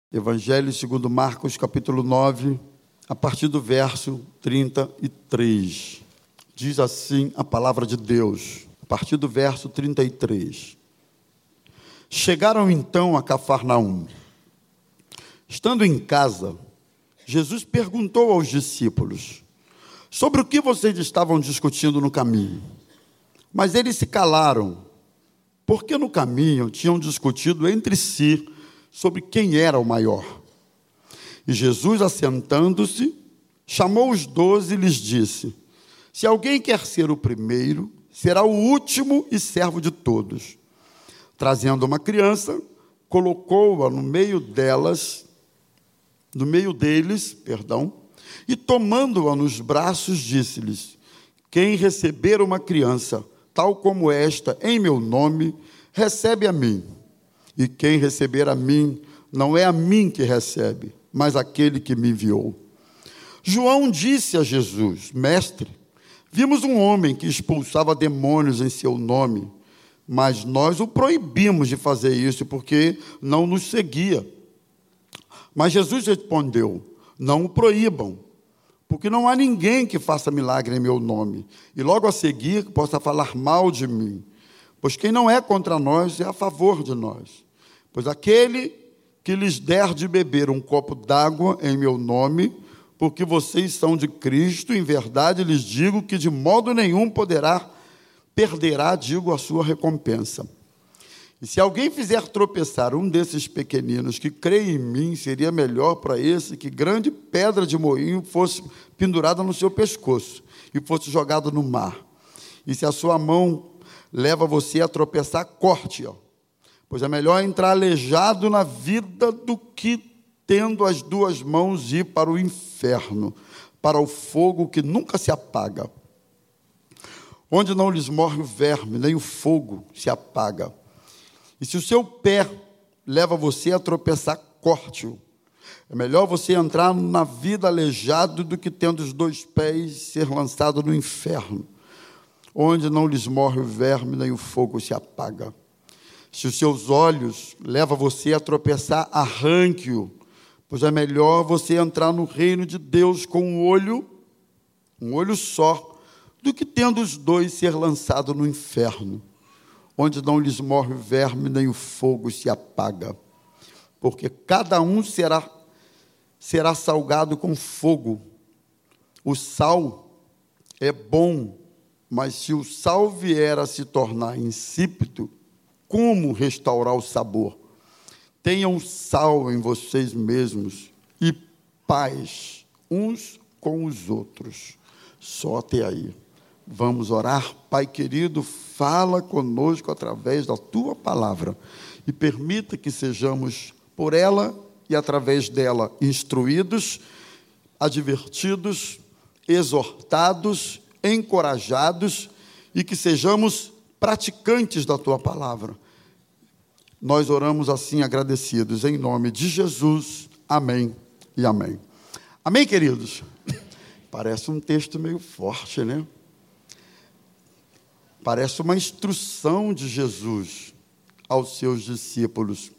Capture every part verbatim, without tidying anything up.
Evangelho segundo Marcos, capítulo nove, a partir do verso trinta e três. Diz assim a palavra de Deus, a partir do verso trinta e três. Chegaram então a Cafarnaum. Estando em casa, Jesus perguntou aos discípulos: sobre o que vocês estavam discutindo no caminho? Mas eles se calaram, porque no caminho tinham discutido entre si sobre quem era o maior. E Jesus, assentando-se, chamou os doze e lhes disse: se alguém quer ser o primeiro, será o último e servo de todos. Trazendo uma criança, colocou-a no meio delas, no meio deles, perdão, e tomando-a nos braços, disse-lhes: quem receber uma criança, tal como esta, em meu nome, recebe a mim. E quem receber a mim, não é a mim que recebe, mas aquele que me enviou. João disse a Jesus: mestre, vimos um homem que expulsava demônios em seu nome, mas nós o proibimos de fazer isso, porque não nos seguia. Mas Jesus respondeu: não o proíbam, porque não há ninguém que faça milagre em meu nome, e logo a seguir possa falar mal de mim. Pois quem não é contra nós é a favor de nós. Pois aquele que lhes der de beber um copo d'água em meu nome, porque vocês são de Cristo, em verdade lhes digo que de modo nenhum poderá, perderá, digo, a sua recompensa. E se alguém fizer tropeçar um desses pequeninos que crê em mim, seria melhor para esse que grande pedra de moinho fosse pendurada no seu pescoço e fosse jogado no mar. E se a sua mão leva você a tropeçar, corte-a. Pois é melhor entrar aleijado na vida do que, tendo as duas mãos, ir para o inferno, para o fogo que nunca se apaga, onde não lhes morre o verme, nem o fogo se apaga. E se o seu pé leva você a tropeçar, corte-o. É melhor você entrar na vida aleijado do que, tendo os dois pés, ser lançado no inferno, onde não lhes morre o verme, nem o fogo se apaga. Se os seus olhos levam você a tropeçar, arranque-o, pois é melhor você entrar no reino de Deus com um olho, um olho só, do que, tendo os dois, ser lançado no inferno, onde não lhes morre o verme, nem o fogo se apaga. Porque cada um será, será salgado com fogo. O sal é bom, mas se o sal vier a se tornar insípido, como restaurar o sabor? Tenham sal em vocês mesmos e paz uns com os outros. Só até aí. Vamos orar. Pai querido, fala conosco através da Tua palavra e permita que sejamos por ela e através dela instruídos, advertidos, exortados, encorajados e que sejamos praticantes da Tua palavra. Nós oramos assim agradecidos, em nome de Jesus. Amém e amém. Amém, queridos? Parece um texto meio forte, né? Parece uma instrução de Jesus aos seus discípulos.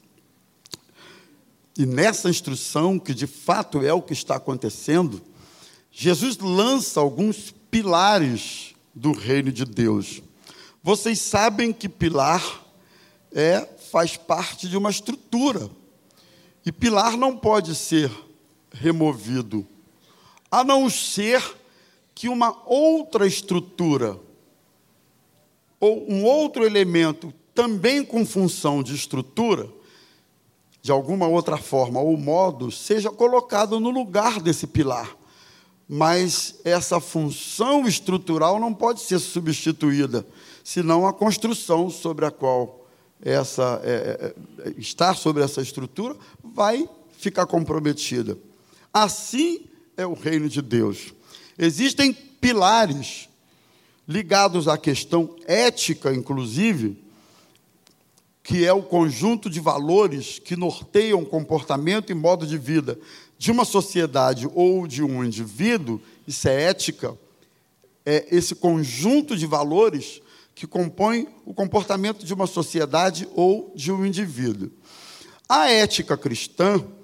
E nessa instrução, que de fato é o que está acontecendo, Jesus lança alguns pilares do reino de Deus. Vocês sabem que pilar é, faz parte de uma estrutura. E pilar não pode ser removido, a não ser que uma outra estrutura, ou um outro elemento, também com função de estrutura, de alguma outra forma ou modo, seja colocado no lugar desse pilar. Mas essa função estrutural não pode ser substituída, senão a construção sobre a qual essa, é, é, está sobre essa estrutura vai ficar comprometida. Assim é o reino de Deus. Existem pilares ligados à questão ética, inclusive, que é o conjunto de valores que norteiam comportamento e modo de vida de uma sociedade ou de um indivíduo. Isso é ética, é esse conjunto de valores que compõe o comportamento de uma sociedade ou de um indivíduo. A ética cristã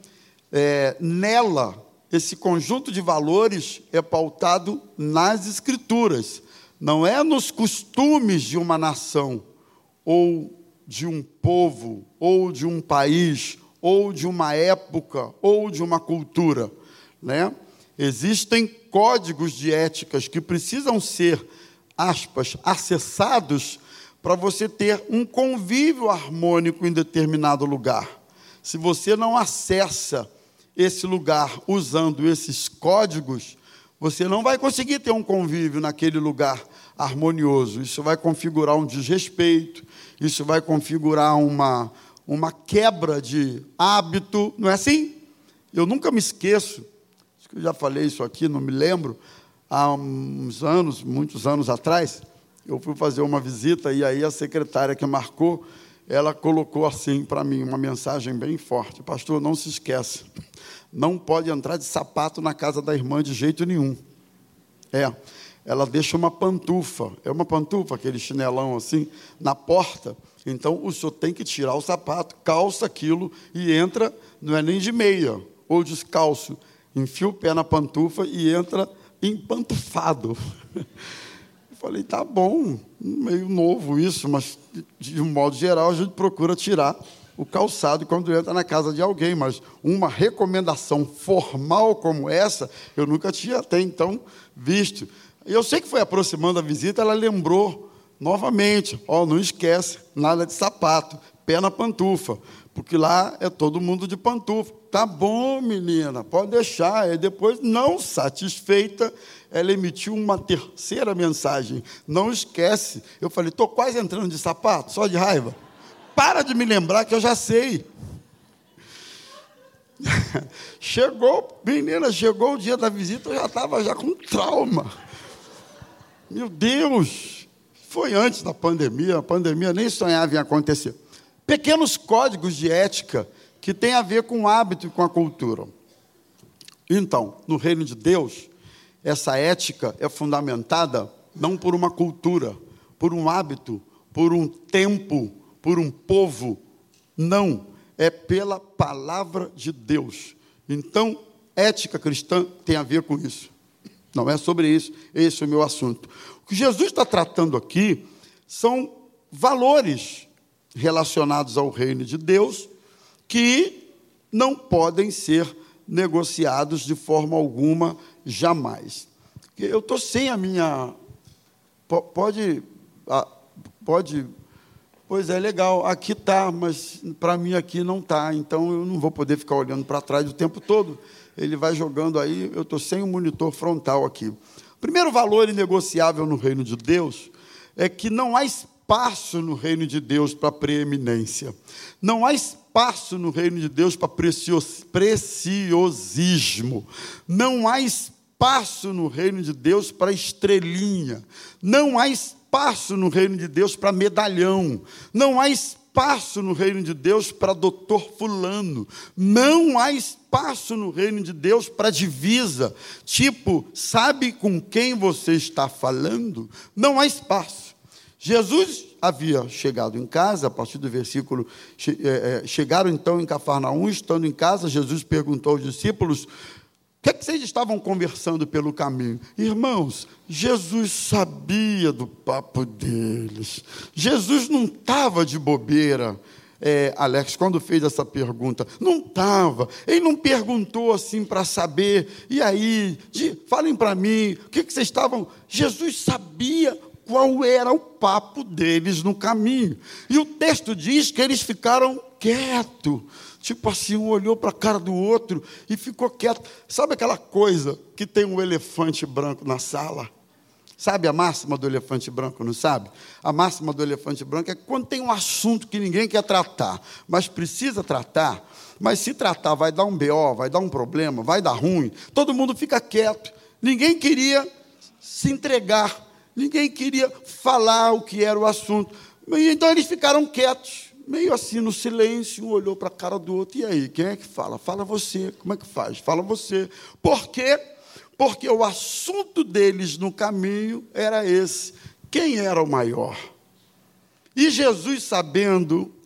é, nela, esse conjunto de valores é pautado nas Escrituras, não é nos costumes de uma nação, ou de um povo, ou de um país, ou de uma época, ou de uma cultura, né? Existem códigos de éticas que precisam ser, aspas, acessados para você ter um convívio harmônico em determinado lugar. Se você não acessa esse lugar usando esses códigos, você não vai conseguir ter um convívio naquele lugar harmonioso. Isso vai configurar um desrespeito, isso vai configurar uma, uma quebra de hábito, não é assim? Eu nunca me esqueço, acho que eu já falei isso aqui, não me lembro, há uns anos, muitos anos atrás, eu fui fazer uma visita e aí a secretária que marcou, ela colocou assim para mim, uma mensagem bem forte: pastor, não se esqueça, não pode entrar de sapato na casa da irmã de jeito nenhum. É, ela deixa uma pantufa, é uma pantufa, aquele chinelão assim, na porta, então o senhor tem que tirar o sapato, calça aquilo e entra, não é nem de meia, ou descalço, enfia o pé na pantufa e entra empantufado. Falei, tá bom, meio novo isso, mas, de um modo geral, a gente procura tirar o calçado quando entra na casa de alguém, mas uma recomendação formal como essa, eu nunca tinha até então visto. E eu sei que foi aproximando a visita, ela lembrou novamente, ó, não esquece, nada de sapato, pé na pantufa, porque lá é todo mundo de pantufa. Tá bom, menina, pode deixar. E depois, não satisfeita, ela emitiu uma terceira mensagem: não esquece. Eu falei, estou quase entrando de sapato, só de raiva. Para de me lembrar que eu já sei. Chegou, menina, chegou o dia da visita, eu já estava já com trauma. Meu Deus, foi antes da pandemia, a pandemia nem sonhava em acontecer. Pequenos códigos de ética que têm a ver com o hábito e com a cultura. Então, no reino de Deus, essa ética é fundamentada não por uma cultura, por um hábito, por um tempo, por um povo. Não, é pela palavra de Deus. Então, ética cristã tem a ver com isso. Não é sobre isso, esse é o meu assunto. O que Jesus está tratando aqui são valores relacionados ao reino de Deus que não podem ser negociados de forma alguma, jamais. Eu estou sem a minha... Pode... Pode... Pois é, legal, aqui está, mas para mim aqui não está, então eu não vou poder ficar olhando para trás o tempo todo. Ele vai jogando aí, eu estou sem o monitor frontal aqui. O primeiro valor inegociável no reino de Deus é que não há espaço no reino de Deus para preeminência. Não há espaço no reino de Deus para precios, preciosismo. Não há espaço no reino de Deus para estrelinha. Não há espaço no reino de Deus para medalhão. Não há espaço no reino de Deus para doutor fulano. Não há espaço no reino de Deus para divisa. Tipo, sabe com quem você está falando? Não há espaço. Jesus havia chegado em casa, a partir do versículo, chegaram então em Cafarnaum, estando em casa, Jesus perguntou aos discípulos, o que é que vocês estavam conversando pelo caminho? Irmãos, Jesus sabia do papo deles. Jesus não estava de bobeira. É, Alex, quando fez essa pergunta, não estava. Ele não perguntou assim para saber, e aí, de, falem para mim, o que, que vocês estavam... Jesus sabia qual era o papo deles no caminho. E o texto diz que eles ficaram quietos. Tipo assim, um olhou para a cara do outro e ficou quieto. Sabe aquela coisa que tem um elefante branco na sala? Sabe a máxima do elefante branco, não sabe? A máxima do elefante branco é que quando tem um assunto que ninguém quer tratar, mas precisa tratar, mas se tratar vai dar um B O, vai dar um problema, vai dar ruim, todo mundo fica quieto. Ninguém queria se entregar, ninguém queria falar o que era o assunto. Então eles ficaram quietos. Meio assim, no silêncio, um olhou para a cara do outro, e aí, quem é que fala? Fala você, como é que faz? Fala você. Por quê? Porque o assunto deles no caminho era esse, quem era o maior? E Jesus, sabendo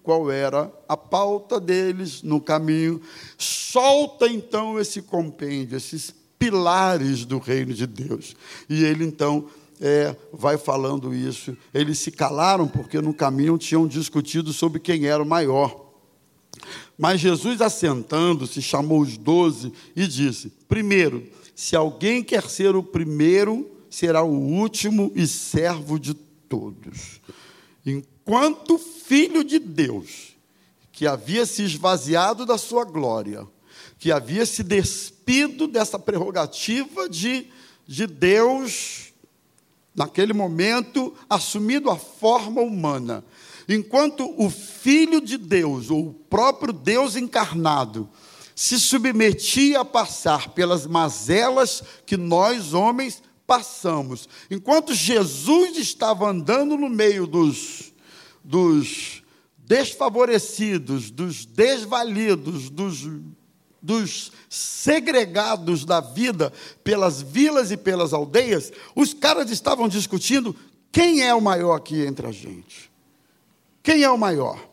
qual era a pauta deles no caminho. Solta, então, esse compêndio, esses pilares do reino de Deus. E ele, então, é, vai falando isso. Eles se calaram porque no caminho tinham discutido sobre quem era o maior. Mas Jesus, assentando-se, chamou os doze e disse: primeiro, se alguém quer ser o primeiro, será o último e servo de todos. Enquanto Filho de Deus, que havia se esvaziado da sua glória, que havia se despido dessa prerrogativa de, de Deus, naquele momento, assumido a forma humana, enquanto o Filho de Deus, ou o próprio Deus encarnado, se submetia a passar pelas mazelas que nós, homens, passamos. Enquanto Jesus estava andando no meio dos, dos desfavorecidos, dos desvalidos, dos, dos segregados da vida, pelas vilas e pelas aldeias, os caras estavam discutindo quem é o maior aqui entre a gente. Quem é o maior?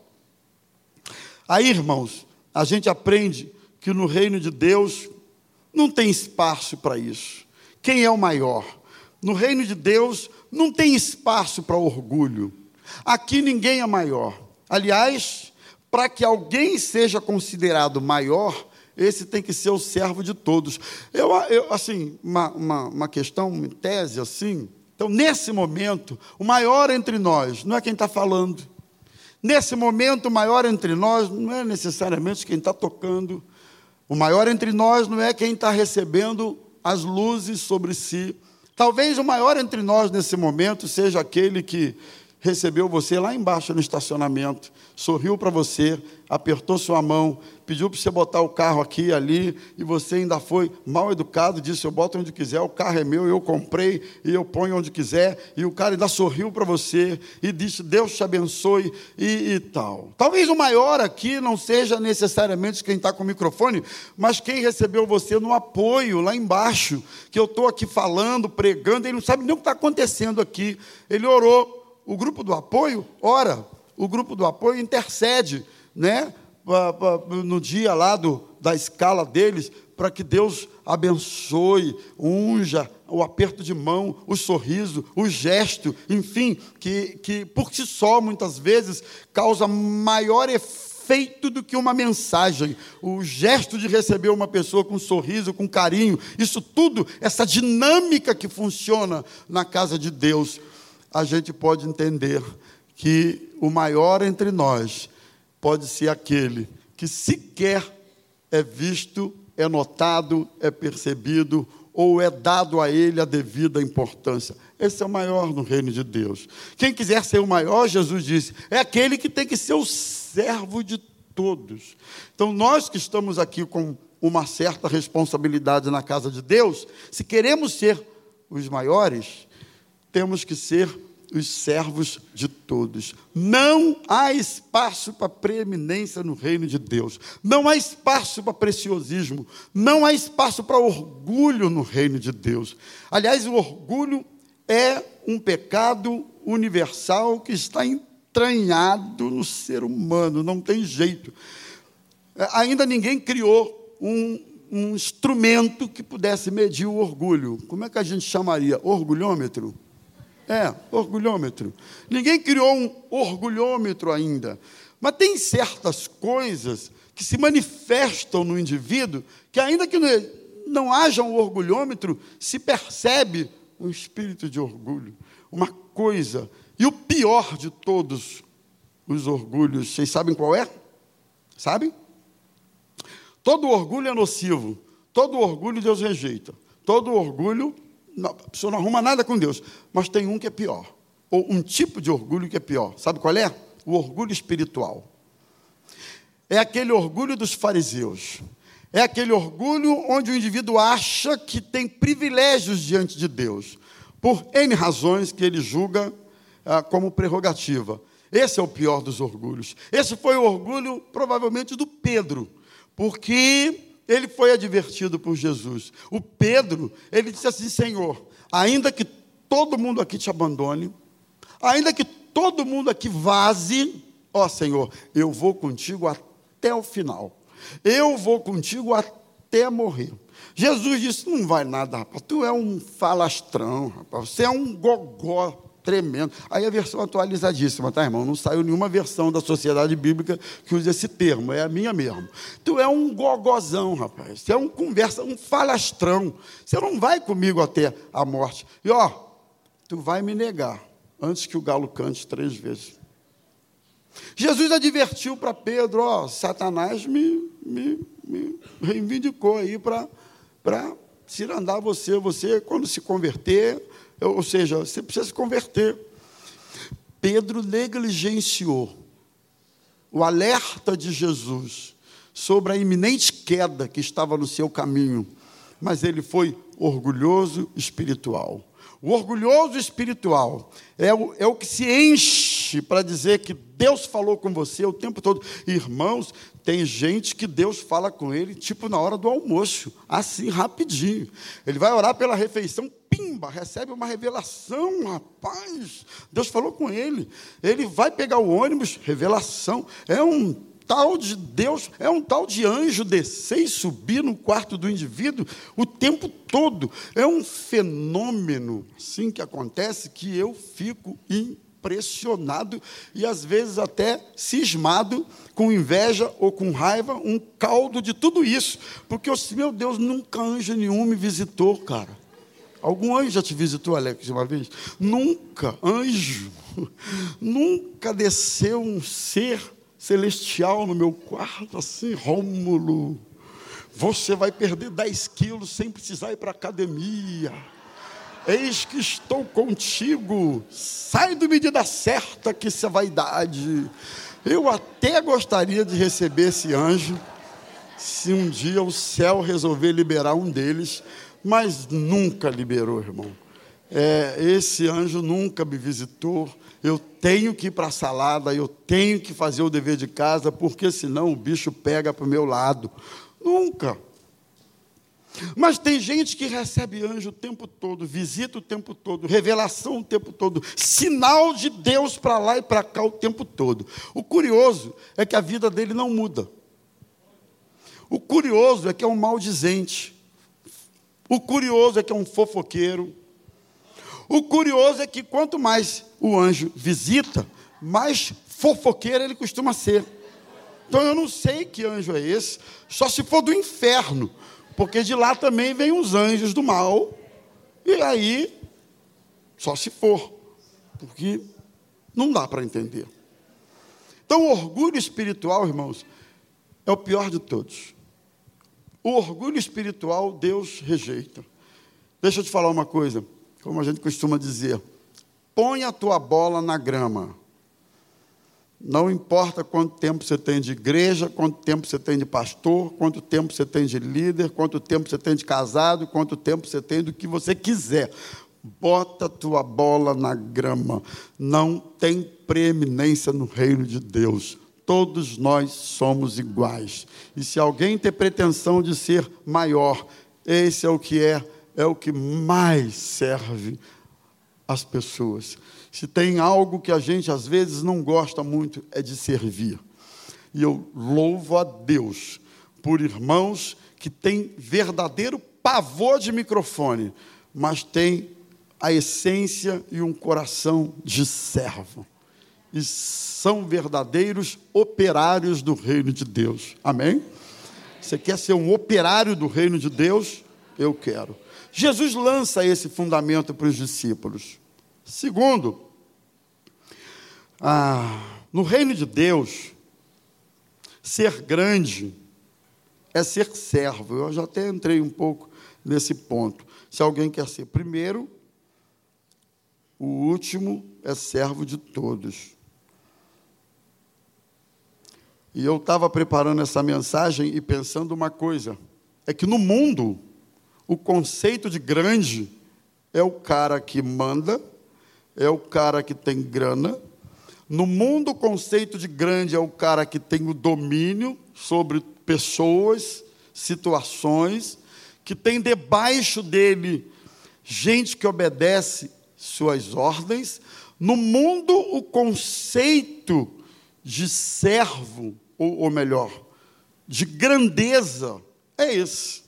Aí, irmãos, a gente aprende que no reino de Deus não tem espaço para isso. Quem é o maior? No reino de Deus não tem espaço para orgulho. Aqui ninguém é maior. Aliás, para que alguém seja considerado maior, esse tem que ser o servo de todos. Eu, eu assim, uma, uma, uma questão, uma tese assim. Então, nesse momento, o maior entre nós não é quem está falando. Nesse momento, o maior entre nós não é necessariamente quem está tocando. O maior entre nós não é quem está recebendo as luzes sobre si. Talvez o maior entre nós, nesse momento, seja aquele que recebeu você lá embaixo no estacionamento, sorriu para você, apertou sua mão, pediu para você botar o carro aqui e ali, e você ainda foi mal educado, disse: eu boto onde quiser, o carro é meu, eu comprei, e eu ponho onde quiser, e o cara ainda sorriu para você, e disse: Deus te abençoe, e, e tal. Talvez o maior aqui não seja necessariamente quem está com o microfone, mas quem recebeu você no apoio, lá embaixo, que eu estou aqui falando, pregando, ele não sabe nem o que está acontecendo aqui, ele orou. O grupo do apoio ora, o grupo do apoio intercede, né, no dia lá do, da escala deles, para que Deus abençoe, unja o aperto de mão, o sorriso, o gesto, enfim, que, que por si só, muitas vezes, causa maior efeito do que uma mensagem. O gesto de receber uma pessoa com um sorriso, com carinho, isso tudo, essa dinâmica que funciona na casa de Deus, a gente pode entender que o maior entre nós pode ser aquele que sequer é visto, é notado, é percebido, ou é dado a ele a devida importância. Esse é o maior no reino de Deus. Quem quiser ser o maior, Jesus disse, é aquele que tem que ser o servo de todos. Então, nós que estamos aqui com uma certa responsabilidade na casa de Deus, se queremos ser os maiores, temos que ser os servos de todos. Não há espaço para preeminência no reino de Deus. Não há espaço para preciosismo. Não há espaço para orgulho no reino de Deus. Aliás, o orgulho é um pecado universal que está entranhado no ser humano. Não tem jeito. Ainda ninguém criou um, um instrumento que pudesse medir o orgulho. Como é que a gente chamaria? Orgulhômetro? É, orgulhômetro. Ninguém criou um orgulhômetro ainda. Mas tem certas coisas que se manifestam no indivíduo que, ainda que não haja um orgulhômetro, se percebe um espírito de orgulho. Uma coisa. E o pior de todos os orgulhos, vocês sabem qual é? Sabem? Todo orgulho é nocivo. Todo orgulho Deus rejeita. Todo orgulho... Não, a pessoa não arruma nada com Deus, mas tem um que é pior, ou um tipo de orgulho que é pior. Sabe qual é? O orgulho espiritual. É aquele orgulho dos fariseus. É aquele orgulho onde o indivíduo acha que tem privilégios diante de Deus, por N razões que ele julga ah, como prerrogativa. Esse é o pior dos orgulhos. Esse foi o orgulho, provavelmente, do Pedro, porque... ele foi advertido por Jesus. O Pedro, ele disse assim: Senhor, ainda que todo mundo aqui te abandone, ainda que todo mundo aqui vaze, Ó Senhor, eu vou contigo até o final. Eu vou contigo até morrer. Jesus disse, não vai nada, rapaz. Tu é um falastrão, rapaz. Você é um gogó tremendo. Aí a versão atualizadíssima, tá, irmão? Não saiu nenhuma versão da Sociedade Bíblica que usa esse termo, é a minha mesmo. Tu é um gogozão, rapaz. Você é um conversa, um falastrão. Você não vai comigo até a morte. E ó, tu vai me negar antes que o galo cante três vezes. Jesus advertiu para Pedro, ó, Satanás me, me, me reivindicou aí para para cirandar você. Você, quando se converter, ou seja, você precisa se converter. Pedro negligenciou o alerta de Jesus sobre a iminente queda que estava no seu caminho, mas ele foi orgulhoso espiritual. O orgulhoso espiritual é o, é o que se enche para dizer que Deus falou com você o tempo todo. Irmãos, tem gente que Deus fala com ele, tipo na hora do almoço, assim, rapidinho. Ele vai orar pela refeição, pimba, recebe uma revelação, rapaz. Deus falou com ele. Ele vai pegar o ônibus, revelação. É um tal de Deus, é um tal de anjo descer e subir no quarto do indivíduo o tempo todo. É um fenômeno, assim, que acontece, que eu fico impressionado e, às vezes, até cismado, com inveja ou com raiva, um caldo de tudo isso. Porque eu disse, meu Deus, nunca anjo nenhum me visitou, cara. Algum anjo já te visitou, Alex, uma vez? Nunca, anjo. Nunca desceu um ser celestial no meu quarto, assim, Rômulo, você vai perder dez quilos sem precisar ir para a academia. Eis que estou contigo. Sai do medida certa, que isso é vaidade. Eu até gostaria de receber esse anjo, se um dia o céu resolver liberar um deles, mas nunca liberou, irmão. É, esse anjo nunca me visitou. Eu tenho que ir para a salada, eu tenho que fazer o dever de casa, porque senão o bicho pega para o meu lado. Nunca. Mas tem gente que recebe anjo o tempo todo, visita o tempo todo, revelação o tempo todo, sinal de Deus para lá e para cá o tempo todo. O curioso é que a vida dele não muda. O curioso é que é um maldizente. O curioso é que é um fofoqueiro. O curioso é que quanto mais o anjo visita, mais fofoqueiro ele costuma ser. Então eu não sei que anjo é esse, só se for do inferno, porque de lá também vem os anjos do mal, e aí, só se for, porque não dá para entender. Então o orgulho espiritual, irmãos, é o pior de todos. O orgulho espiritual Deus rejeita. Deixa eu te falar uma coisa, como a gente costuma dizer, põe a tua bola na grama. Não importa quanto tempo você tem de igreja, quanto tempo você tem de pastor, quanto tempo você tem de líder, quanto tempo você tem de casado, quanto tempo você tem do que você quiser. Bota a tua bola na grama. Não tem preeminência no reino de Deus. Todos nós somos iguais. E se alguém tem pretensão de ser maior, esse é o que é, é o que mais serve às pessoas. Se tem algo que a gente, às vezes, não gosta muito, é de servir. E eu louvo a Deus por irmãos que têm verdadeiro pavor de microfone, mas têm a essência e um coração de servo. E são verdadeiros operários do reino de Deus. Amém? Você quer ser um operário do reino de Deus? Eu quero. Jesus lança esse fundamento para os discípulos. Segundo, ah, no reino de Deus, ser grande é ser servo. Eu já até entrei um pouco nesse ponto. Se alguém quer ser primeiro, o último é servo de todos. E eu estava preparando essa mensagem e pensando uma coisa, é que no mundo, o conceito de grande é o cara que manda, é o cara que tem grana. No mundo, o conceito de grande é o cara que tem o domínio sobre pessoas, situações, que tem debaixo dele gente que obedece suas ordens. No mundo, o conceito de servo, ou, ou melhor, de grandeza, é esse.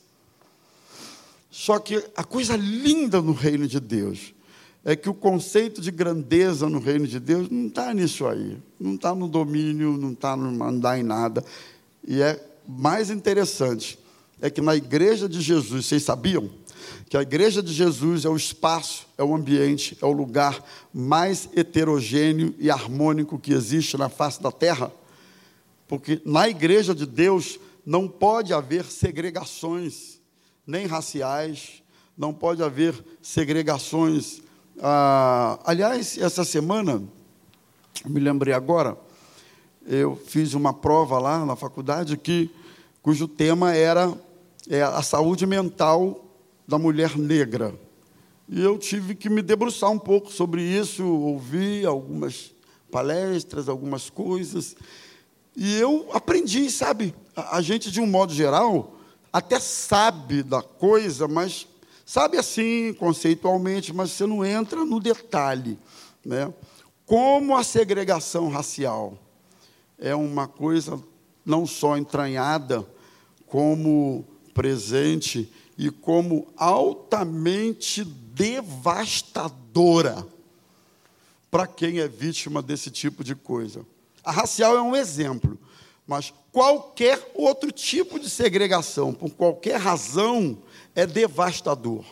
Só que a coisa linda no reino de Deus é que o conceito de grandeza no reino de Deus não está nisso aí, não está no domínio, não está no mandar em nada. E é mais interessante, é que na igreja de Jesus, vocês sabiam que a igreja de Jesus é o espaço, é o ambiente, é o lugar mais heterogêneo e harmônico que existe na face da terra? Porque na igreja de Deus não pode haver segregações, nem raciais, não pode haver segregações. Ah, aliás, essa semana, me lembrei agora, eu fiz uma prova lá na faculdade que, cujo tema era é, a saúde mental da mulher negra. E eu tive que me debruçar um pouco sobre isso, ouvir algumas palestras, algumas coisas, e eu aprendi, sabe? A, a gente, de um modo geral, até sabe da coisa, mas sabe assim, conceitualmente, mas você não entra no detalhe, né? Como a segregação racial é uma coisa não só entranhada, como presente e como altamente devastadora para quem é vítima desse tipo de coisa. A racial é um exemplo, mas qualquer outro tipo de segregação, por qualquer razão, é devastador,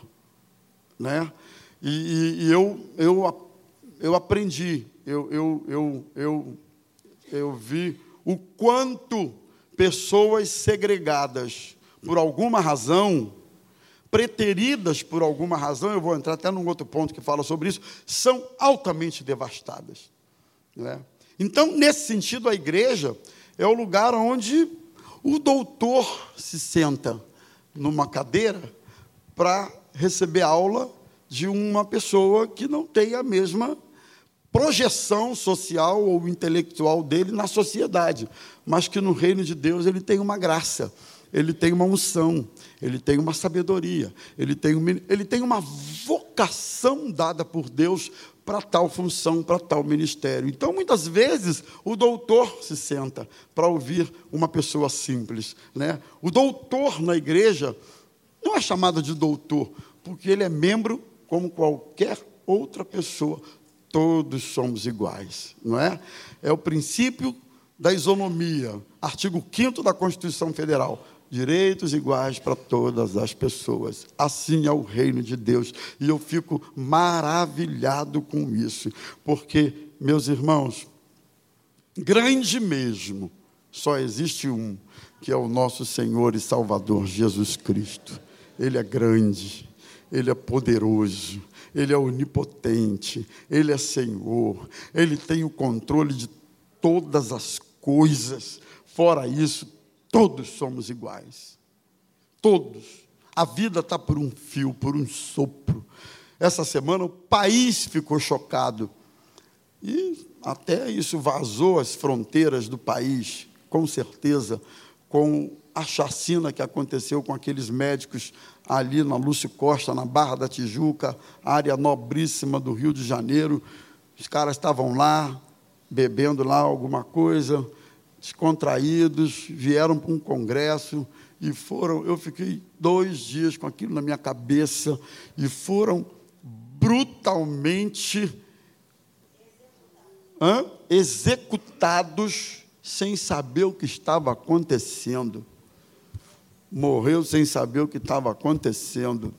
né? E, e, e eu, eu, eu aprendi, eu, eu, eu, eu, eu vi o quanto pessoas segregadas por alguma razão, preteridas por alguma razão, eu vou entrar até num outro ponto que fala sobre isso, são altamente devastadas, né? Então, nesse sentido, a igreja é o lugar onde o doutor se senta numa cadeira para receber aula de uma pessoa que não tem a mesma projeção social ou intelectual dele na sociedade, mas que no reino de Deus ele tem uma graça, ele tem uma unção, ele tem uma sabedoria, ele tem, um, ele tem uma vocação dada por Deus para tal função, para tal ministério. Então, muitas vezes, o doutor se senta para ouvir uma pessoa simples, né? O doutor na igreja não é chamado de doutor, porque ele é membro como qualquer outra pessoa. Todos somos iguais, não é? É o princípio da isonomia, artigo quinto da Constituição Federal. Direitos iguais para todas as pessoas. Assim é o reino de Deus. E eu fico maravilhado com isso. Porque, meus irmãos, grande mesmo, só existe um, que é o nosso Senhor e Salvador Jesus Cristo. Ele é grande, Ele é poderoso, Ele é onipotente, Ele é Senhor, Ele tem o controle de todas as coisas. Fora isso, todos somos iguais. Todos. A vida está por um fio, por um sopro. Essa semana o país ficou chocado. E até isso vazou as fronteiras do país, com certeza, com a chacina que aconteceu com aqueles médicos ali na Lúcio Costa, na Barra da Tijuca, área nobríssima do Rio de Janeiro. Os caras estavam lá, bebendo lá alguma coisa, descontraídos, vieram para um congresso e foram, eu fiquei dois dias com aquilo na minha cabeça, e foram brutalmente hã? executados sem saber o que estava acontecendo. Morreu sem saber o que estava acontecendo.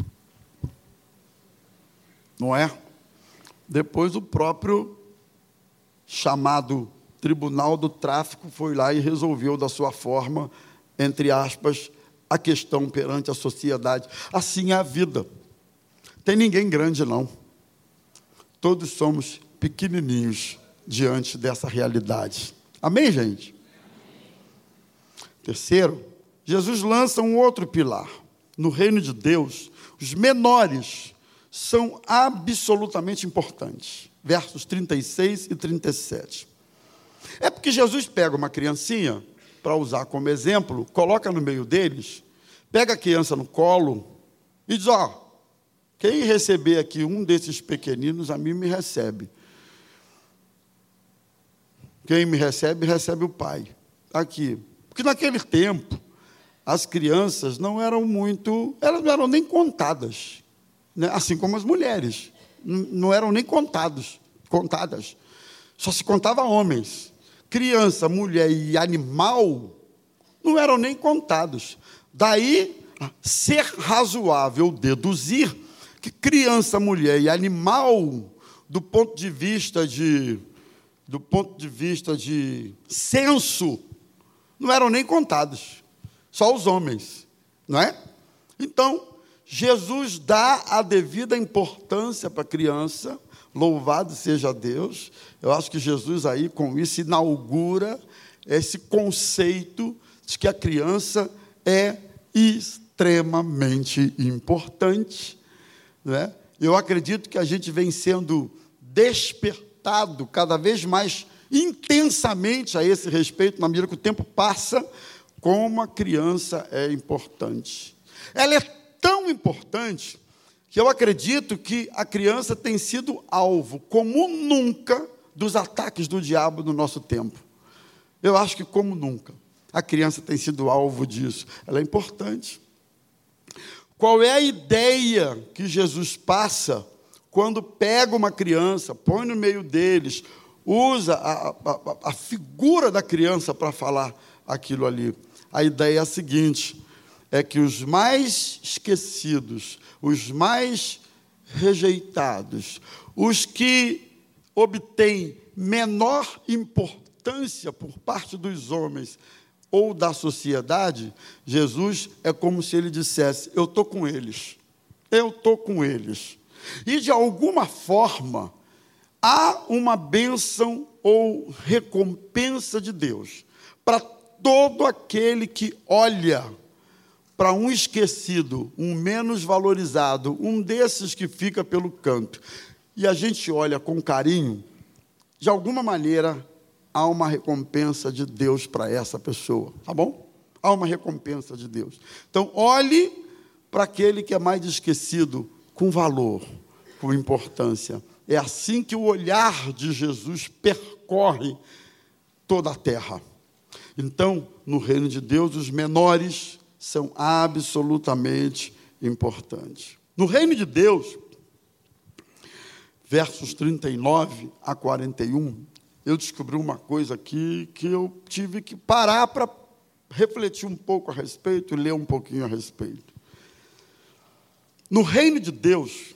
Não é? Depois o próprio chamado Tribunal do Tráfico foi lá e resolveu da sua forma, entre aspas, a questão perante a sociedade. Assim é a vida. Tem ninguém grande, não. Todos somos pequenininhos diante dessa realidade. Amém, gente? Terceiro, Jesus lança um outro pilar. No reino de Deus, os menores são absolutamente importantes. Versos trinta e seis e trinta e sete. É porque Jesus pega uma criancinha, para usar como exemplo, coloca no meio deles, pega a criança no colo e diz, ó, quem receber aqui um desses pequeninos, a mim me recebe. Quem me recebe, recebe o Pai. Aqui. Porque naquele tempo, as crianças não eram muito, elas não eram nem contadas, né? Assim como as mulheres, não eram nem contados, contadas. Só se contava homens. Criança, mulher e animal não eram nem contados. Daí, ser razoável deduzir que criança, mulher e animal, do ponto de vista de, do ponto de vista de censo, não eram nem contados, só os homens, não é? Então, Jesus dá a devida importância para a criança, louvado seja Deus. Eu acho que Jesus aí, com isso, inaugura esse conceito de que a criança é extremamente importante, né? Eu acredito que a gente vem sendo despertado cada vez mais intensamente a esse respeito, na medida que o tempo passa, como a criança é importante. Ela é tão importante que eu acredito que a criança tem sido alvo, como nunca, dos ataques do diabo no nosso tempo. Eu acho que como nunca. A criança tem sido alvo disso. Ela é importante. Qual é a ideia que Jesus passa quando pega uma criança, põe no meio deles, usa a, a, a figura da criança para falar aquilo ali? A ideia é a seguinte, é que os mais esquecidos, os mais rejeitados, os que obtêm menor importância por parte dos homens ou da sociedade, Jesus é como se ele dissesse, eu estou com eles, eu estou com eles. E, de alguma forma, há uma bênção ou recompensa de Deus para todo aquele que olha para um esquecido, um menos valorizado, um desses que fica pelo canto, e a gente olha com carinho, de alguma maneira, há uma recompensa de Deus para essa pessoa, tá bom? Há uma recompensa de Deus. Então, olhe para aquele que é mais esquecido com valor, com importância. É assim que o olhar de Jesus percorre toda a terra. Então, no reino de Deus, os menores são absolutamente importantes. No reino de Deus, versos trinta e nove a quarenta e um, eu descobri uma coisa aqui que eu tive que parar para refletir um pouco a respeito e ler um pouquinho a respeito. No reino de Deus,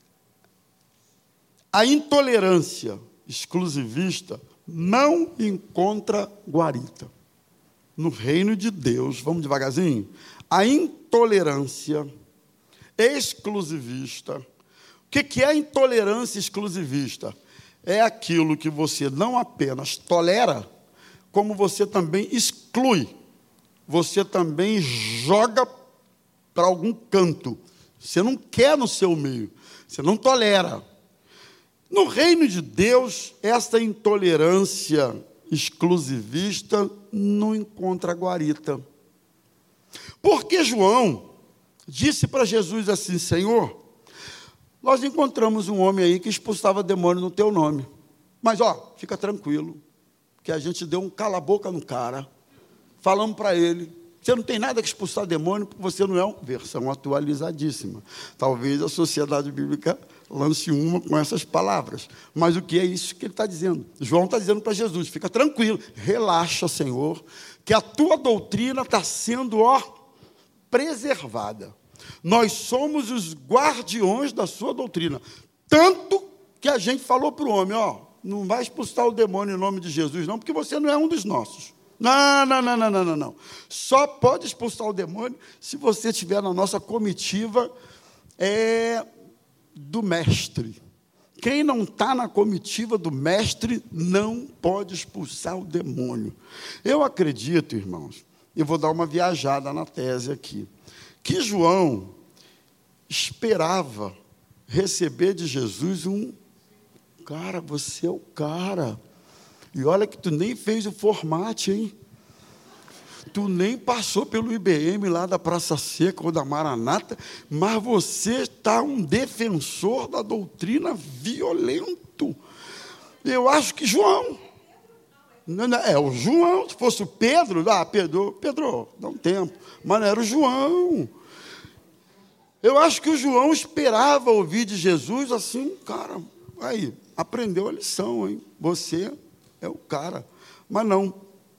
a intolerância exclusivista não encontra guarita. No reino de Deus, vamos devagarzinho, a intolerância exclusivista. O que é a intolerância exclusivista? É aquilo que você não apenas tolera, como você também exclui. Você também joga para algum canto. Você não quer no seu meio. Você não tolera. No reino de Deus, essa intolerância exclusivista não encontra guarita. Porque João disse para Jesus assim, Senhor, nós encontramos um homem aí que expulsava demônio no teu nome. Mas, ó, fica tranquilo, que a gente deu um cala-boca no cara, falamos para ele, você não tem nada que expulsar demônio, porque você não é uma versão atualizadíssima. Talvez a sociedade bíblica lance uma com essas palavras. Mas o que é isso que ele está dizendo? João está dizendo para Jesus, fica tranquilo, relaxa, Senhor, que a tua doutrina está sendo, ó, preservada. Nós somos os guardiões da sua doutrina. Tanto que a gente falou para o homem, ó, não vai expulsar o demônio em nome de Jesus, não, porque você não é um dos nossos. Não, não, não, não, não, não, não. Só pode expulsar o demônio se você estiver na nossa comitiva é, do mestre. Quem não está na comitiva do mestre não pode expulsar o demônio. Eu acredito, irmãos, eu vou dar uma viajada na tese aqui, que João esperava receber de Jesus um cara, você é o cara. E olha que tu nem fez o formate, hein? Tu nem passou pelo I B M lá da Praça Seca ou da Maranata, mas você está um defensor da doutrina violento. Eu acho que João, Não, não, é o João, se fosse o Pedro, ah, Pedro, Pedro, dá um tempo. Mas não era o João. Eu acho que o João esperava ouvir de Jesus assim, cara, aí, aprendeu a lição, hein? Você é o cara. Mas não.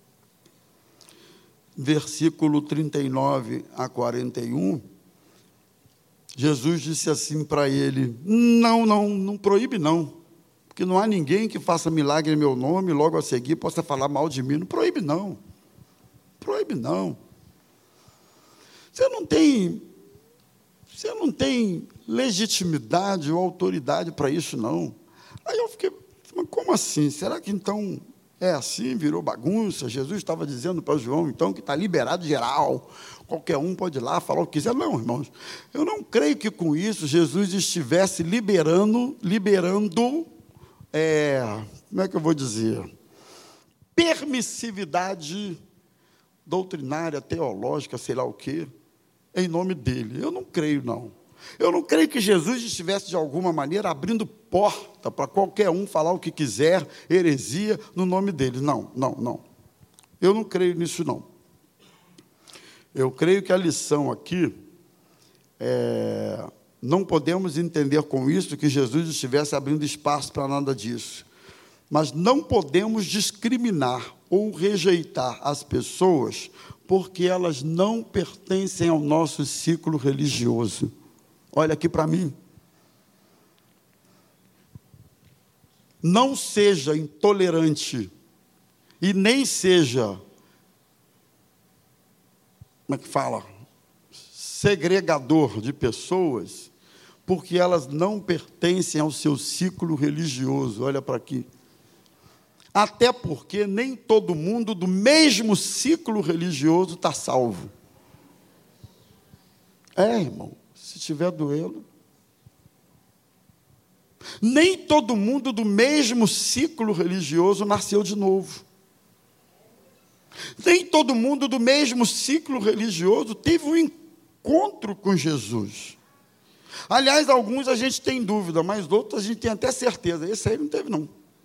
Versículo trinta e nove a quarenta e um, Jesus disse assim para ele, não, não, não proíbe não, porque não há ninguém que faça milagre em meu nome, logo a seguir possa falar mal de mim, não proíbe não, proíbe não. Você não tem, você não tem legitimidade ou autoridade para isso não. Aí eu fiquei, mas como assim? Será que então é assim, virou bagunça? Jesus estava dizendo para João, então, que está liberado geral, qualquer um pode ir lá falar o que quiser. Não, irmãos, eu não creio que com isso Jesus estivesse liberando, liberando, é, como é que eu vou dizer, permissividade doutrinária, teológica, sei lá o quê, em nome dele. Eu não creio, não. Eu não creio que Jesus estivesse, de alguma maneira, abrindo porta para qualquer um falar o que quiser, heresia, no nome dele. Não, não, não. Eu não creio nisso, não. Eu creio que a lição aqui, é, não podemos entender com isso que Jesus estivesse abrindo espaço para nada disso. Mas não podemos discriminar ou rejeitar as pessoas porque elas não pertencem ao nosso ciclo religioso. Olha aqui para mim. Não seja intolerante e nem seja, como é que fala? Segregador de pessoas, porque elas não pertencem ao seu ciclo religioso. Olha para aqui. Até porque nem todo mundo do mesmo ciclo religioso está salvo. É, irmão. Se estiver doendo. Nem todo mundo do mesmo ciclo religioso nasceu de novo. Nem todo mundo do mesmo ciclo religioso teve um encontro com Jesus. Aliás, alguns a gente tem dúvida, mas outros a gente tem até certeza. Esse aí não teve, não.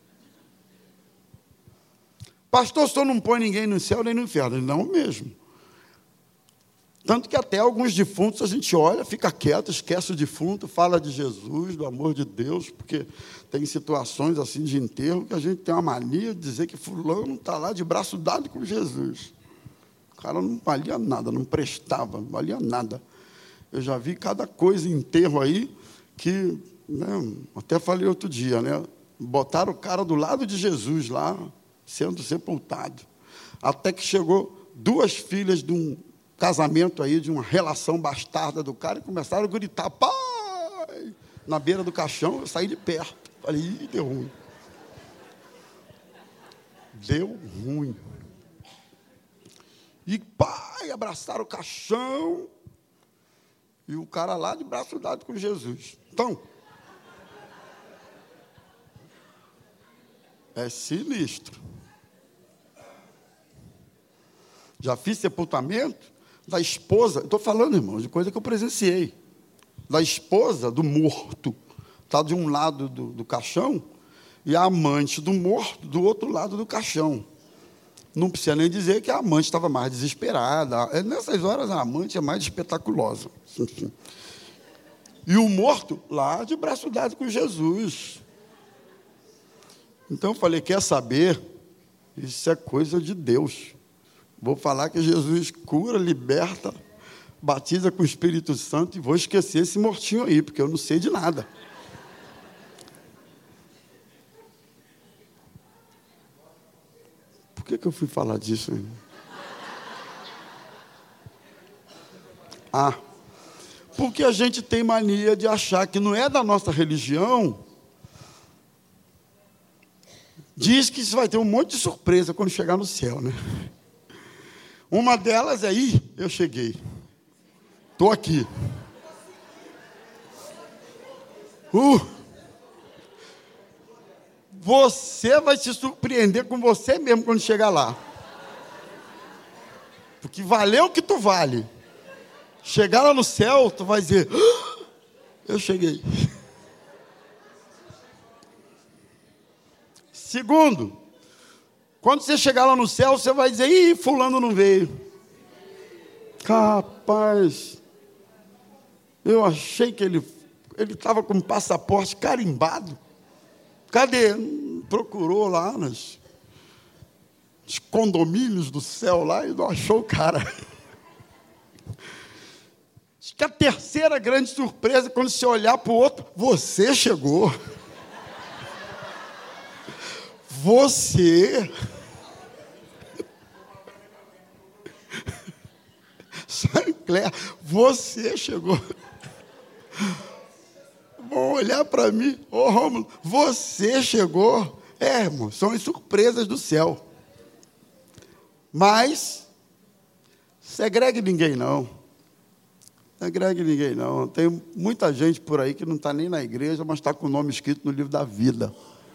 Pastor, o senhor não põe ninguém no céu nem no inferno. Não mesmo. Tanto que até alguns defuntos a gente olha, fica quieto, esquece o defunto, fala de Jesus, do amor de Deus, porque tem situações assim de enterro que a gente tem uma mania de dizer que fulano está lá de braço dado com Jesus. O cara não valia nada, não prestava, não valia nada. Eu já vi cada coisa em enterro aí que, né, até falei outro dia, né, botaram o cara do lado de Jesus lá, sendo sepultado. Até que chegou duas filhas de um casamento aí, de uma relação bastarda do cara, e começaram a gritar, pai, na beira do caixão. Eu saí de perto. Falei, ih, deu ruim. Deu ruim. E, pai, abraçaram o caixão, e o cara lá de braço dado com Jesus. Então, é sinistro. Já fiz sepultamento da esposa, estou falando, irmãos, de coisa que eu presenciei, da esposa do morto, está de um lado do, do caixão, e a amante do morto do outro lado do caixão. Não precisa nem dizer que a amante estava mais desesperada. Nessas horas, a amante é mais espetaculosa. E o morto lá de braço dado com Jesus. Então, eu falei, quer saber? Isso é coisa de Deus. Vou falar que Jesus cura, liberta, batiza com o Espírito Santo e vou esquecer esse mortinho aí, porque eu não sei de nada. Por que que eu fui falar disso aí? Ah, porque a gente tem mania de achar que não é da nossa religião. Diz que isso vai ter um monte de surpresa quando chegar no céu, né? Uma delas é, ih, eu cheguei. Estou aqui. Uh, você vai se surpreender com você mesmo quando chegar lá. Porque valeu o que tu vale. Chegar lá no céu, tu vai dizer, ah, eu cheguei. Segundo, Quando você chegar lá no céu, você vai dizer, ih, fulano não veio. Capaz, eu achei que ele ele estava com o passaporte carimbado. Cadê? Procurou lá nos, nos condomínios do céu lá e não achou o cara. Acho que a terceira grande surpresa é quando você olhar para o outro, você chegou. Você. Saint-Clair, você chegou. Vão olhar para mim, ô oh, Rômulo, você chegou. É, irmão, são as surpresas do céu. Mas, segregue ninguém não. Segregue ninguém não. Tem muita gente por aí que não está nem na igreja, mas está com o nome escrito no livro da vida.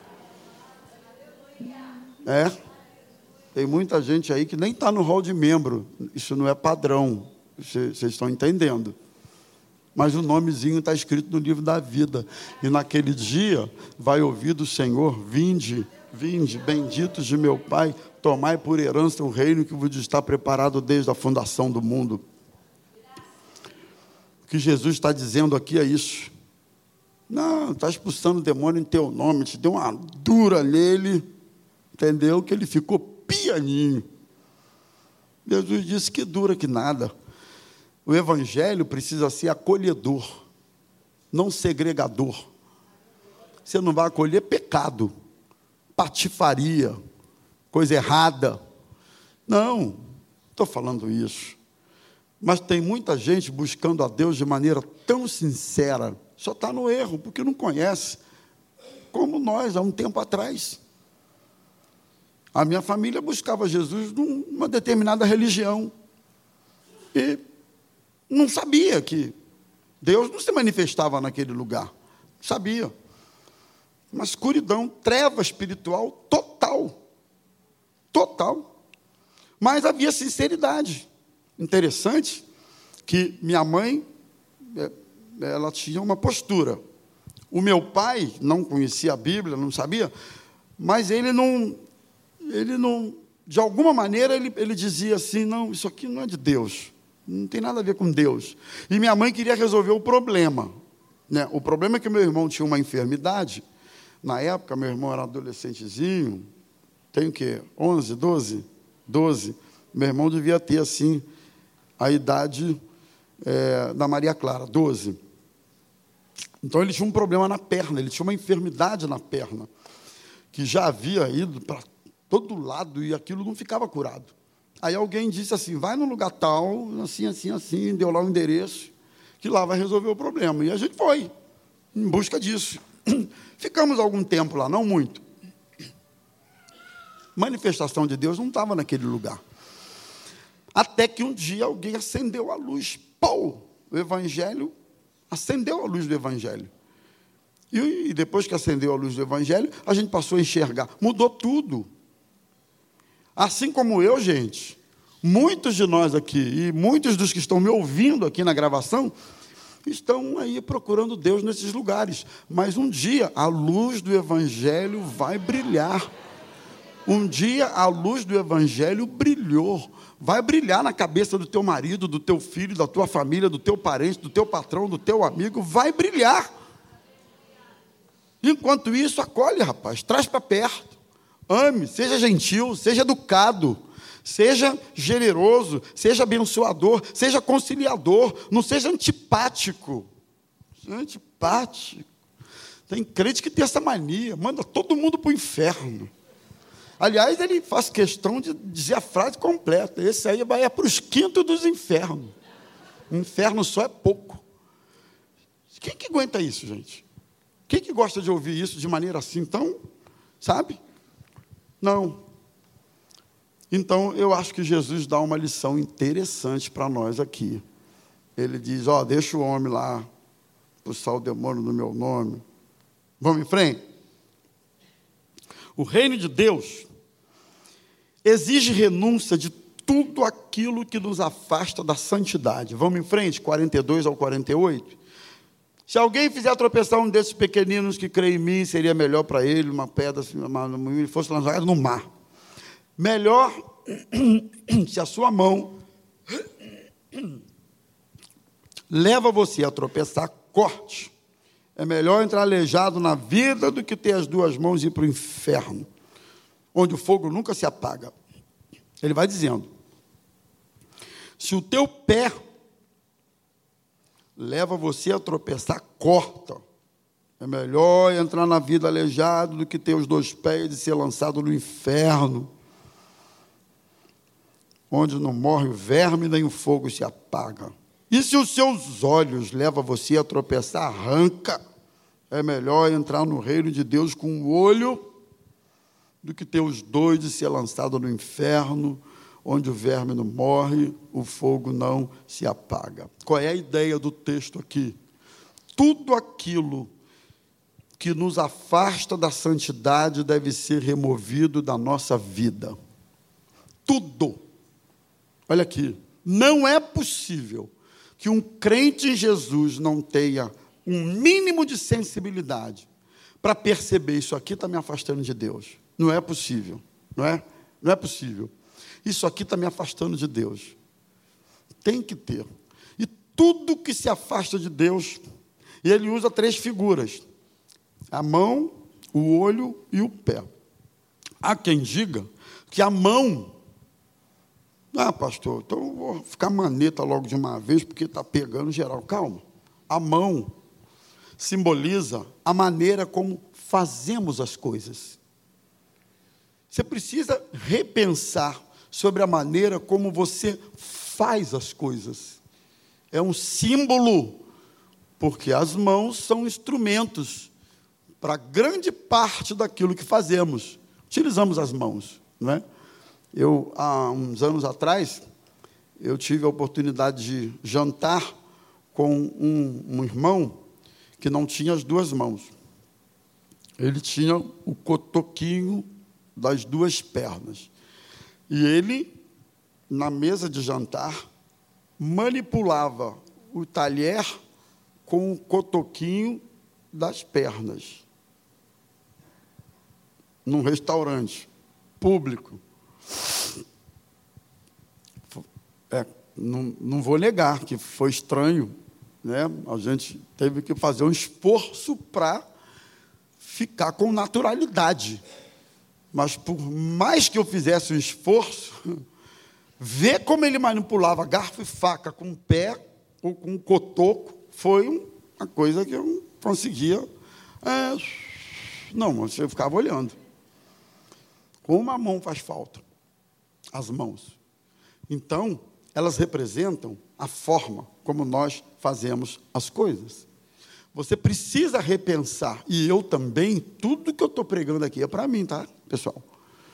É. Tem muita gente aí que nem está no rol de membro. Isso não é padrão. Vocês estão entendendo. Mas o nomezinho está escrito no livro da vida. E naquele dia vai ouvir do Senhor, vinde, vinde, benditos de meu Pai, tomai por herança o reino que vos está preparado desde a fundação do mundo. O que Jesus está dizendo aqui é isso. Não, está expulsando o demônio em teu nome, te deu uma dura nele, entendeu? Que ele ficou pianinho. Jesus disse que dura que nada. O evangelho precisa ser acolhedor, não segregador. Você não vai acolher pecado, patifaria, coisa errada. Não, estou falando isso. Mas tem muita gente buscando a Deus de maneira tão sincera, só está no erro, porque não conhece, como nós, há um tempo atrás. A minha família buscava Jesus numa determinada religião. E não sabia que Deus não se manifestava naquele lugar. Sabia. Uma escuridão, treva espiritual total. Total. Mas havia sinceridade. Interessante que minha mãe, ela tinha uma postura. O meu pai não conhecia a Bíblia, não sabia, mas ele não, ele não, de alguma maneira, ele, ele dizia assim, não, isso aqui não é de Deus. Não tem nada a ver com Deus. E minha mãe queria resolver o problema. Né? O problema é que meu irmão tinha uma enfermidade. Na época, meu irmão era adolescentezinho. Tem o quê? onze, doze? doze. Meu irmão devia ter, assim, a idade é, da Maria Clara, doze. Então, ele tinha um problema na perna. Ele tinha uma enfermidade na perna. Que já havia ido para todo lado e aquilo não ficava curado. Aí alguém disse assim, vai no lugar tal, assim, assim, assim, deu lá o endereço, que lá vai resolver o problema. E a gente foi, em busca disso. Ficamos algum tempo lá, não muito. Manifestação de Deus não estava naquele lugar. Até que um dia alguém acendeu a luz. Pô! O Evangelho, acendeu a luz do Evangelho. E, e depois que acendeu a luz do Evangelho, a gente passou a enxergar. Mudou tudo. Assim como eu, gente, muitos de nós aqui, e muitos dos que estão me ouvindo aqui na gravação, estão aí procurando Deus nesses lugares. Mas um dia a luz do Evangelho vai brilhar. Um dia a luz do Evangelho brilhou. Vai brilhar na cabeça do teu marido, do teu filho, da tua família, do teu parente, do teu patrão, do teu amigo. Vai brilhar. Enquanto isso, acolhe, rapaz, traz para perto. Ame, seja gentil, seja educado, seja generoso, seja abençoador, seja conciliador, não seja antipático. Antipático. Tem crente que tem essa mania, manda todo mundo para o inferno. Aliás, ele faz questão de dizer a frase completa. Esse aí vai é para os quintos dos infernos. O inferno só é pouco. Quem que aguenta isso, gente? Quem que gosta de ouvir isso de maneira assim, tão, sabe? Não. Então, eu acho que Jesus dá uma lição interessante para nós aqui. Ele diz, ó, deixa o homem lá, expulsar o demônio no meu nome. Vamos em frente? O reino de Deus exige renúncia de tudo aquilo que nos afasta da santidade. Vamos em frente, quarenta e dois ao quarenta e oito. Se alguém fizer tropeçar um desses pequeninos que crê em mim, seria melhor para ele uma pedra, se fosse lançado no mar. Melhor se a sua mão leva você a tropeçar, corte. É melhor entrar aleijado na vida do que ter as duas mãos e ir para o inferno, onde o fogo nunca se apaga. Ele vai dizendo, se o teu pé leva você a tropeçar, corta. É melhor entrar na vida aleijado do que ter os dois pés e ser lançado no inferno, onde não morre o verme nem o fogo se apaga. E se os seus olhos levam você a tropeçar, arranca. É melhor entrar no reino de Deus com um olho do que ter os dois e ser lançado no inferno, onde o verme não morre, o fogo não se apaga. Qual é a ideia do texto aqui? Tudo aquilo que nos afasta da santidade deve ser removido da nossa vida. Tudo. Olha aqui, não é possível que um crente em Jesus não tenha um mínimo de sensibilidade para perceber, isso aqui está me afastando de Deus. Não é possível, não é? Não é possível. Isso aqui está me afastando de Deus. Tem que ter. E tudo que se afasta de Deus, e ele usa três figuras, a mão, o olho e o pé. Há quem diga que a mão, ah, pastor, então eu vou ficar maneta logo de uma vez, porque está pegando geral. Calma. A mão simboliza a maneira como fazemos as coisas. Você precisa repensar sobre a maneira como você faz as coisas. É um símbolo, porque as mãos são instrumentos para grande parte daquilo que fazemos. Utilizamos as mãos, não é? Eu, há uns anos atrás, eu tive a oportunidade de jantar com um, um irmão que não tinha as duas mãos. Ele tinha o cotoquinho das duas pernas. E ele, na mesa de jantar, manipulava o talher com o cotoquinho das pernas. Num restaurante público. É, não, não vou negar que foi estranho, né? A gente teve que fazer um esforço para ficar com naturalidade. Mas, por mais que eu fizesse um esforço, ver como ele manipulava garfo e faca com o pé ou com o cotoco foi uma coisa que eu não conseguia. É, não, você ficava olhando. Como a mão faz falta, as mãos. Então, elas representam a forma como nós fazemos as coisas. Você precisa repensar, e eu também, tudo que eu estou pregando aqui é para mim, tá, pessoal?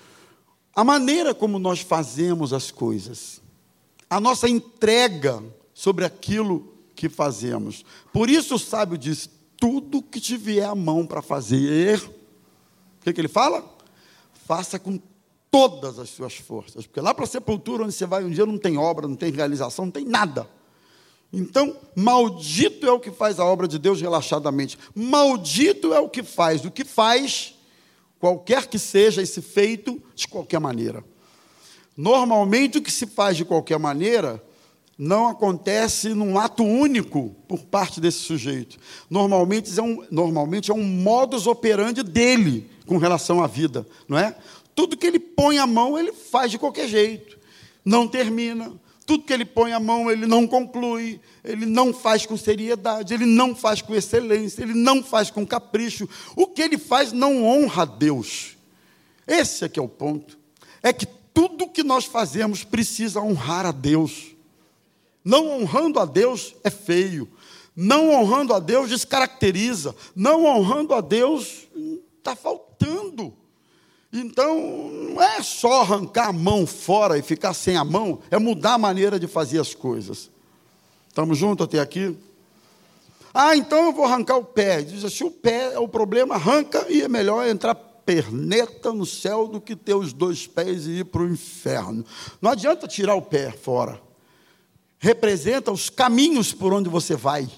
A maneira como nós fazemos as coisas, a nossa entrega sobre aquilo que fazemos. Por isso o sábio diz, tudo que te vier à mão para fazer, o que, que ele fala? Faça com todas as suas forças, porque lá para a sepultura, onde você vai um dia, não tem obra, não tem realização, não tem nada. Então, maldito é o que faz a obra de Deus relaxadamente. Maldito é o que faz, o que faz, qualquer que seja esse feito, de qualquer maneira. Normalmente, o que se faz de qualquer maneira, não acontece num ato único por parte desse sujeito. Normalmente é um, normalmente é um modus operandi dele com relação à vida, não é? Tudo que ele põe a mão, ele faz de qualquer jeito. Não termina. Tudo que ele põe a mão, ele não conclui, ele não faz com seriedade, ele não faz com excelência, ele não faz com capricho. O que ele faz não honra a Deus. Esse é que é o ponto. É que tudo que nós fazemos precisa honrar a Deus. Não honrando a Deus é feio. Não honrando a Deus descaracteriza. Não honrando a Deus está faltando. Então, não é só arrancar a mão fora e ficar sem a mão, é mudar a maneira de fazer as coisas. Estamos juntos até aqui? Ah, então eu vou arrancar o pé. Diz assim, o pé é o problema, arranca e é melhor entrar perneta no céu do que ter os dois pés e ir para o inferno. Não adianta tirar o pé fora. Representa os caminhos por onde você vai.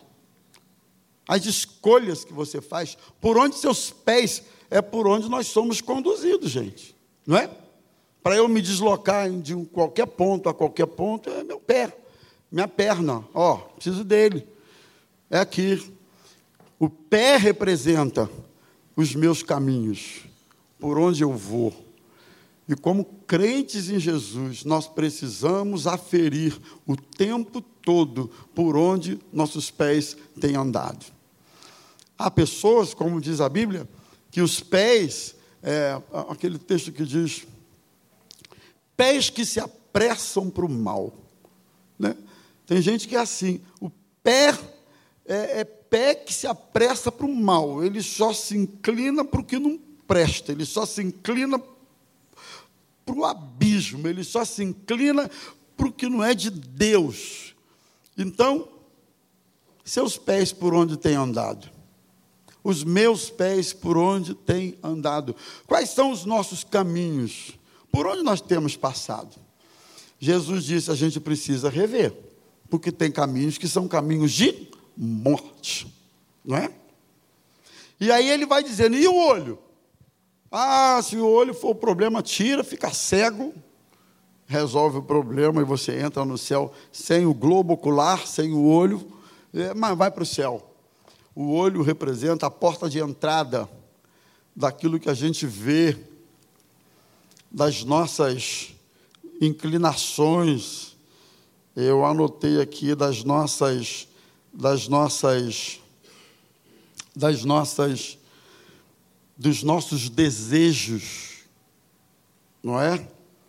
As escolhas que você faz, por onde seus pés... é por onde nós somos conduzidos, gente. Não é? para eu me deslocar de um qualquer ponto a qualquer ponto, é meu pé, minha perna. Ó, preciso dele. É aqui. O pé representa os meus caminhos, por onde eu vou. E como crentes em Jesus, nós precisamos aferir o tempo todo por onde nossos pés têm andado. Há pessoas, como diz a Bíblia, que os pés, é, aquele texto que diz, pés que se apressam para o mal. Né? Tem gente que é assim, o pé é, é pé que se apressa para o mal, ele só se inclina para o que não presta, ele só se inclina para o abismo, ele só se inclina para o que não é de Deus. Então, seus pés por onde têm andado? Os meus pés por onde têm andado? Quais são os nossos caminhos? Por onde nós temos passado? Jesus disse, a gente precisa rever, porque tem caminhos que são caminhos de morte, não é? E aí ele vai dizendo, e o olho? Ah, se o olho for o problema, tira, fica cego, resolve o problema e você entra no céu sem o globo ocular, sem o olho, mas vai para o céu. O olho representa a porta de entrada daquilo que a gente vê, das nossas inclinações. Eu anotei aqui das nossas, das nossas, das nossas, dos nossos desejos, não é?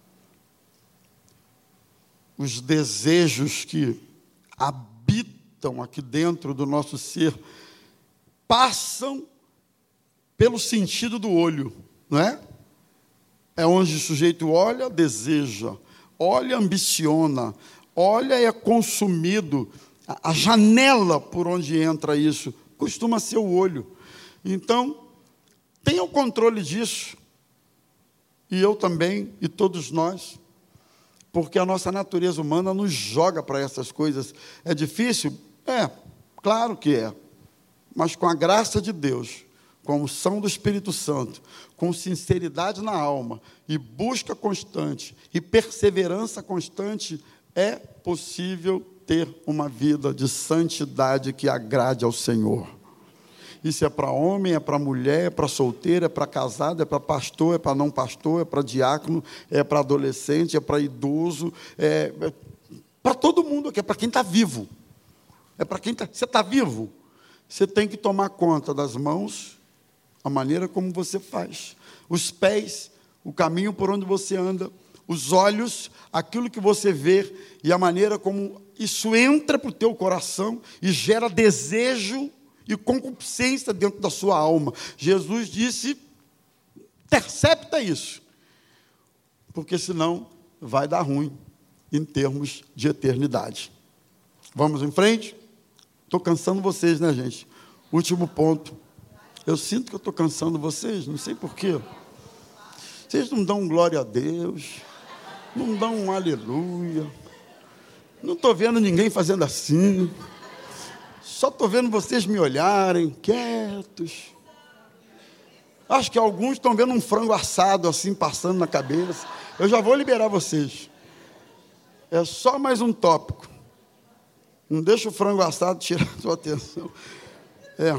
Os desejos que habitam aqui dentro do nosso ser passam pelo sentido do olho, não é? É onde o sujeito olha, deseja, olha, ambiciona, olha, é consumido. A janela por onde entra isso costuma ser o olho. Então, tenha o controle disso, e eu também, e todos nós, porque a nossa natureza humana nos joga para essas coisas. É difícil? É, claro que é, mas com a graça de Deus, com a unção do Espírito Santo, com sinceridade na alma, e busca constante, e perseverança constante, é possível ter uma vida de santidade que agrade ao Senhor. Isso é para homem, é para mulher, é para solteiro, é para casado, é para pastor, é para não pastor, é para diácono, é para adolescente, é para idoso, é, é para todo mundo aqui, é para quem está vivo. É para quem está... Você está vivo? Você tem que tomar conta das mãos, a maneira como você faz. Os pés, o caminho por onde você anda. Os olhos, aquilo que você vê, e a maneira como isso entra para o teu coração e gera desejo e concupiscência dentro da sua alma. Jesus disse, intercepta isso, porque senão vai dar ruim em termos de eternidade. Vamos em frente? Estou cansando vocês, né, gente? Último ponto. Eu sinto que eu estou cansando vocês, não sei porquê. Vocês não dão glória a Deus, não dão um aleluia. Não estou vendo ninguém fazendo assim. Só estou vendo vocês me olharem, quietos. Acho que alguns estão vendo um frango assado assim, passando na cabeça. Eu já vou liberar vocês. É só mais um tópico. Não deixa o frango assado tirar a sua atenção. É.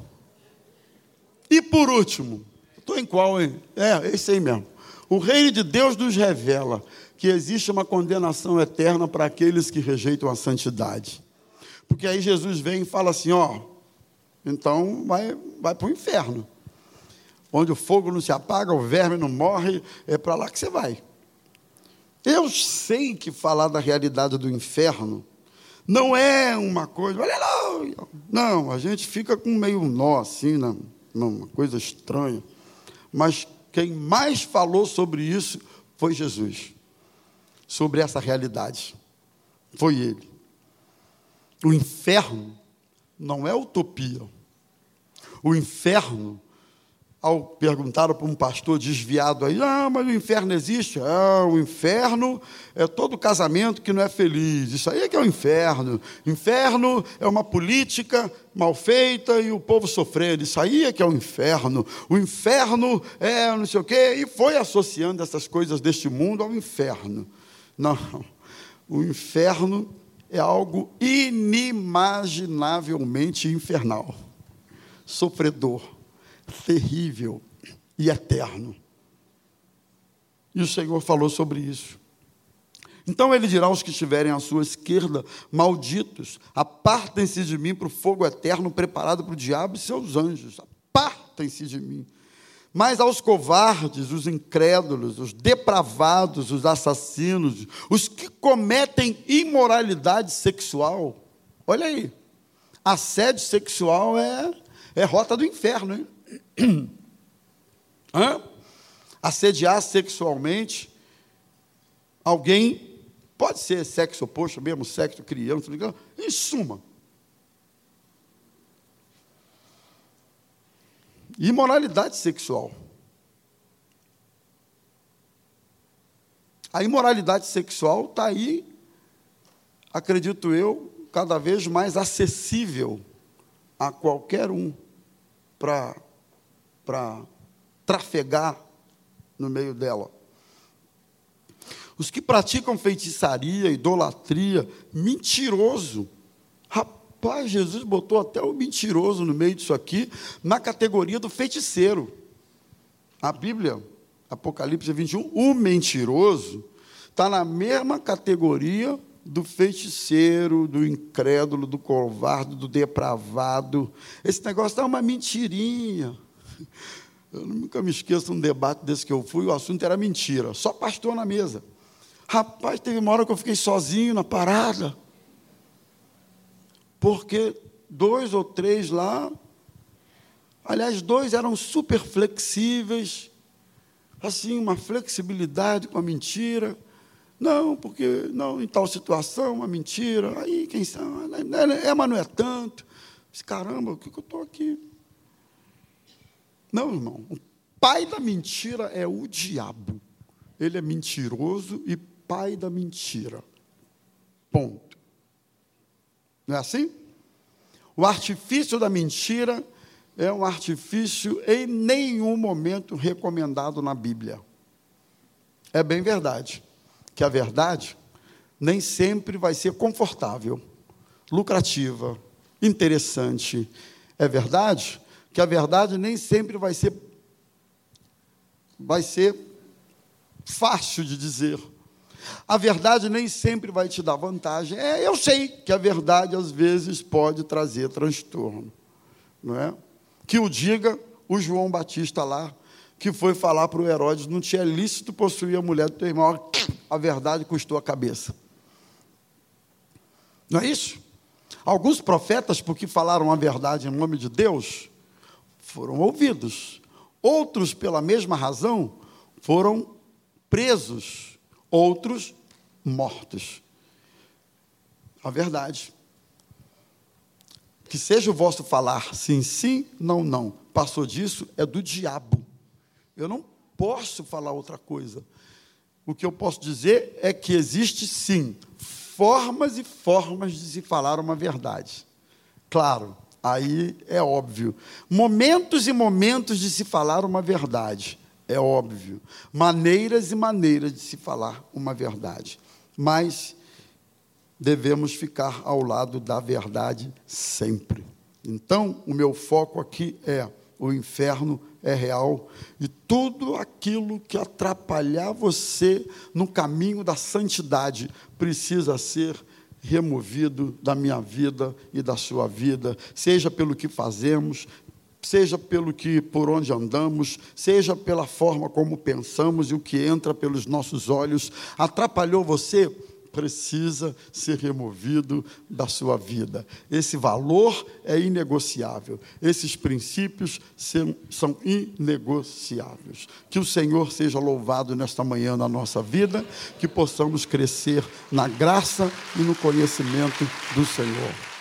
E por último, estou em qual, hein? É, esse aí mesmo. O reino de Deus nos revela que existe uma condenação eterna para aqueles que rejeitam a santidade. Porque aí Jesus vem e fala assim, ó, então vai, vai para o inferno. Onde o fogo não se apaga, o verme não morre, é para lá que você vai. Eu sei que falar da realidade do inferno não é uma coisa, aleluia. Não, a gente fica com meio nó assim, né? Uma coisa estranha. Mas quem mais falou sobre isso foi Jesus. Sobre essa realidade. Foi ele. O inferno não é utopia. O inferno ao perguntaram para um pastor desviado aí, ah, mas o inferno existe? Ah, o inferno é todo casamento que não é feliz. Isso aí é que é o inferno. Inferno é uma política mal feita e o povo sofrendo. Isso aí é que é o inferno. O inferno é não sei o quê. E foi associando essas coisas deste mundo ao inferno. Não, o inferno é algo inimaginavelmente infernal, sofredor, terrível e eterno. E o Senhor falou sobre isso. Então ele dirá aos que estiverem à sua esquerda, malditos, apartem-se de mim para o fogo eterno preparado para o diabo e seus anjos. Apartem-se de mim. Mas aos covardes, os incrédulos, os depravados, os assassinos, os que cometem imoralidade sexual, olha aí, assédio sexual é, é rota do inferno, hein? Hã? Assediar sexualmente alguém, pode ser sexo oposto mesmo, sexo criança, em suma. Imoralidade sexual. A imoralidade sexual está aí, acredito eu, cada vez mais acessível a qualquer um para para trafegar no meio dela. Os que praticam feitiçaria, idolatria, mentiroso. Rapaz, Jesus botou até o mentiroso no meio disso aqui, na categoria do feiticeiro. A Bíblia, Apocalipse vinte e um, o mentiroso está na mesma categoria do feiticeiro, do incrédulo, do covarde, do depravado. Esse negócio é uma mentirinha. Eu nunca me esqueço de um debate desse que eu fui, o assunto era mentira, só pastor na mesa. Rapaz, teve uma hora que eu fiquei sozinho na parada, porque dois ou três lá, aliás, dois eram super flexíveis, assim, uma flexibilidade com a mentira. Não, porque não, em tal situação, uma mentira. Aí, quem sabe, é, mas não é tanto. Disse, caramba, o que, que eu estou aqui? Não, irmão, o pai da mentira é o diabo. Ele é mentiroso e pai da mentira. Ponto. Não é assim? O artifício da mentira é um artifício em nenhum momento recomendado na Bíblia. É bem verdade que a verdade nem sempre vai ser confortável, lucrativa, interessante. É verdade que a verdade nem sempre vai ser, vai ser fácil de dizer. A verdade nem sempre vai te dar vantagem. É, eu sei que a verdade, às vezes, pode trazer transtorno. Não é? Que o diga o João Batista lá, que foi falar para o Herodes, não tinha lícito possuir a mulher do teu irmão, a verdade custou a cabeça. Não é isso? Alguns profetas, porque falaram a verdade em nome de Deus, foram ouvidos. Outros, pela mesma razão, foram presos. Outros, mortos. A verdade. Que seja o vosso falar sim, sim, não, não. Passou disso, é do diabo. Eu não posso falar outra coisa. O que eu posso dizer é que existe, sim, formas e formas de se falar uma verdade. Claro, aí é óbvio. Momentos e momentos de se falar uma verdade. É óbvio. Maneiras e maneiras de se falar uma verdade. Mas devemos ficar ao lado da verdade sempre. Então, o meu foco aqui é: o inferno é real e tudo aquilo que atrapalhar você no caminho da santidade precisa ser removido da minha vida e da sua vida, seja pelo que fazemos, seja pelo que, por onde andamos, seja pela forma como pensamos e o que entra pelos nossos olhos. Atrapalhou você? Precisa ser removido da sua vida. Esse valor é inegociável. Esses princípios são, são inegociáveis. Que o Senhor seja louvado nesta manhã na nossa vida, que possamos crescer na graça e no conhecimento do Senhor.